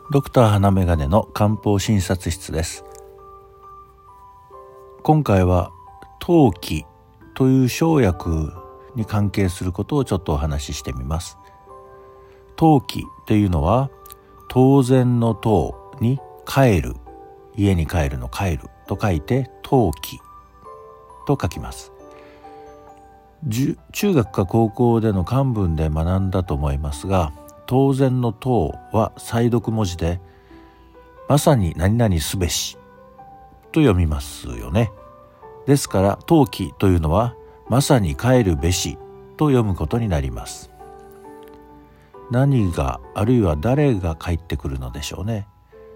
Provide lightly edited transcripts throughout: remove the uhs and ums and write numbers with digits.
ドクター花眼鏡の漢方診察室です。今回は当帰という生薬に関係することをちょっとお話ししてみます。当帰というのは当然の当に帰る、家に帰るの帰ると書いて当帰と書きます。中学か高校での漢文で学んだと思いますが、当然の当は再読文字でまさに何々すべしと読みますよね。ですから当帰というのはまさに帰るべしと読むことになります。何があるいは誰が帰ってくるのでしょうね。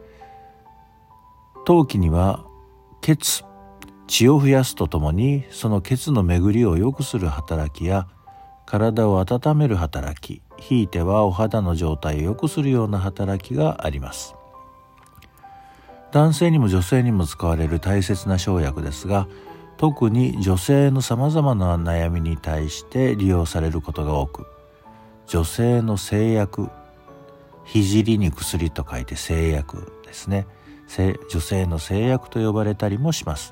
当帰には血を増やすとともにその血の巡りを良くする働きや体を温める働き、ひいてはお肌の状態を良くするような働きがあります。男性にも女性にも使われる大切な生薬ですが、特に女性のさまざまな悩みに対して利用されることが多く、女性の性薬、聖に薬と書いて性薬ですね。女性の性薬と呼ばれたりもします。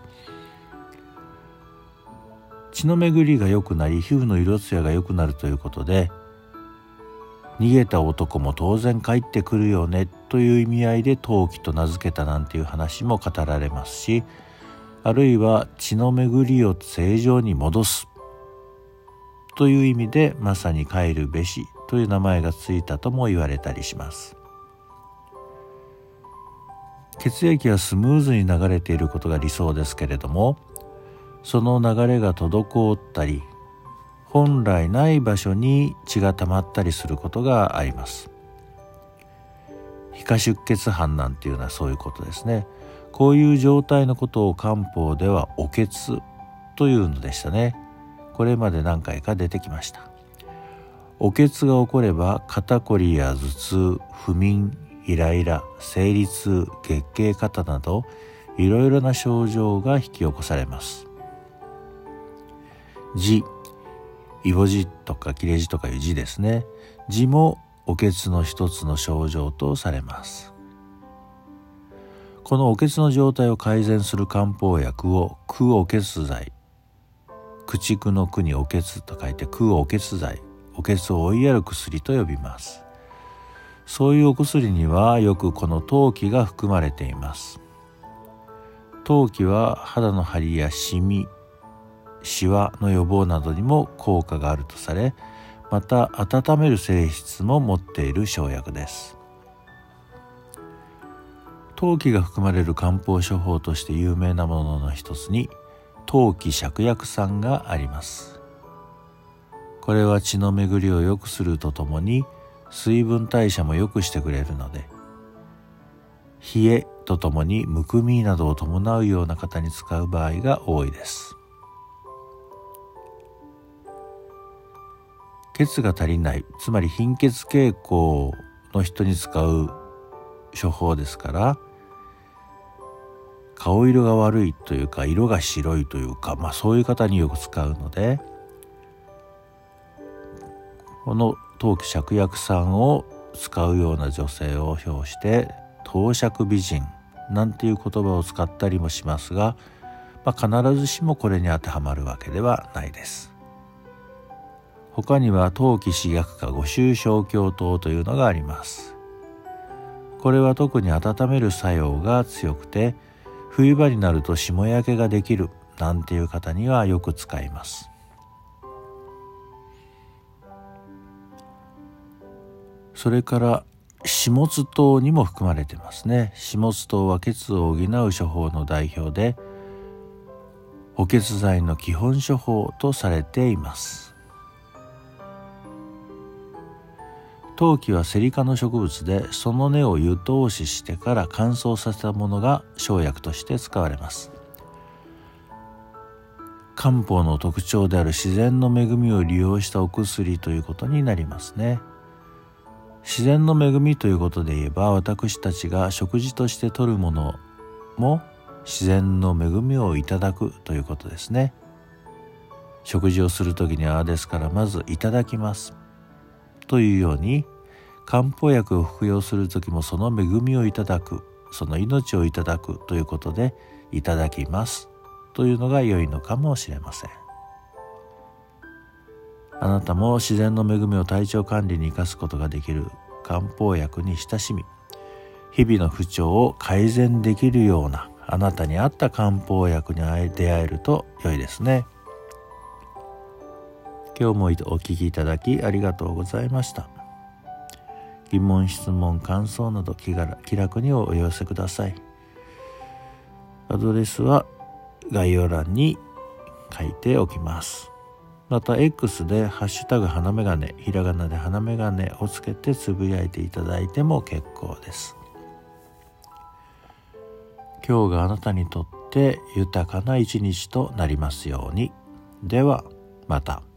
血の巡りが良くなり、皮膚の色艶が良くなるということで、逃げた男も当然帰ってくるよねという意味合いで当帰と名付けたなんていう話も語られますし、あるいは血の巡りを正常に戻すという意味でまさに帰るべしという名前がついたとも言われたりします。血液がスムーズに流れていることが理想ですけれども、その流れが滞ったり、本来ない場所に血が溜まったりすることがあります。皮下出血斑なんていうのはそういうことですね。こういう状態のことを漢方ではお血というのでしたね。これまで何回か出てきました。お血が起これば肩こりや頭痛、不眠、イライラ、生理痛、月経過多などいろいろな症状が引き起こされます。痔、イボ痔とか切れ痔とかいう痔ですね。痔もお血の一つの症状とされます。このお血の状態を改善する漢方薬を駆お血剤、駆逐の駆にお血と書いて駆お血剤、お血を追いやる薬と呼びます。そういうお薬にはよくこの当帰が含まれています。当帰は肌の張りやシミ、シワの予防などにも効果があるとされ、また温める性質も持っている生薬です。当帰が含まれる漢方処方として有名なものの一つに当帰芍薬散があります。これは血の巡りを良くするとともに水分代謝も良くしてくれるので、冷えとともにむくみなどを伴うような方に使う場合が多いです。血が足りない、つまり貧血傾向の人に使う処方ですから、顔色が悪いというか色が白いというか、そういう方によく使うので、この当帰芍薬散を使うような女性を表して当芍美人なんていう言葉を使ったりもしますが、必ずしもこれに当てはまるわけではないです。他には当帰至薬化五臭小経湯というのがあります。これは特に温める作用が強くて、冬場になると霜焼けができるなんていう方にはよく使います。それから始末湯にも含まれてますね。始末湯は血を補う処方の代表で、補血剤の基本処方とされています。当帰はセリ科の植物で、その根を湯通ししてから乾燥させたものが生薬として使われます。漢方の特徴である自然の恵みを利用したお薬ということになりますね。自然の恵みということで言えば、私たちが食事として摂るものも自然の恵みをいただくということですね。食事をするときにはですから、まずいただきますというように、 漢方薬を服用するときもその恵みをいただく、その命をいただくということで、いただきますというのが良いのかもしれません。あなたも自然の恵みを体調管理に生かすことができる漢方薬に親しみ、日々の不調を改善できるようなあなたに合った漢方薬に出会えると良いですね。今日もお聞きいただきありがとうございました。疑問、質問、感想など気楽にお寄せください。アドレスは概要欄に書いておきます。また X でハッシュタグ花眼鏡、ひらがなで花眼鏡をつけてつぶやいていただいても結構です。今日があなたにとって豊かな一日となりますように。ではまた。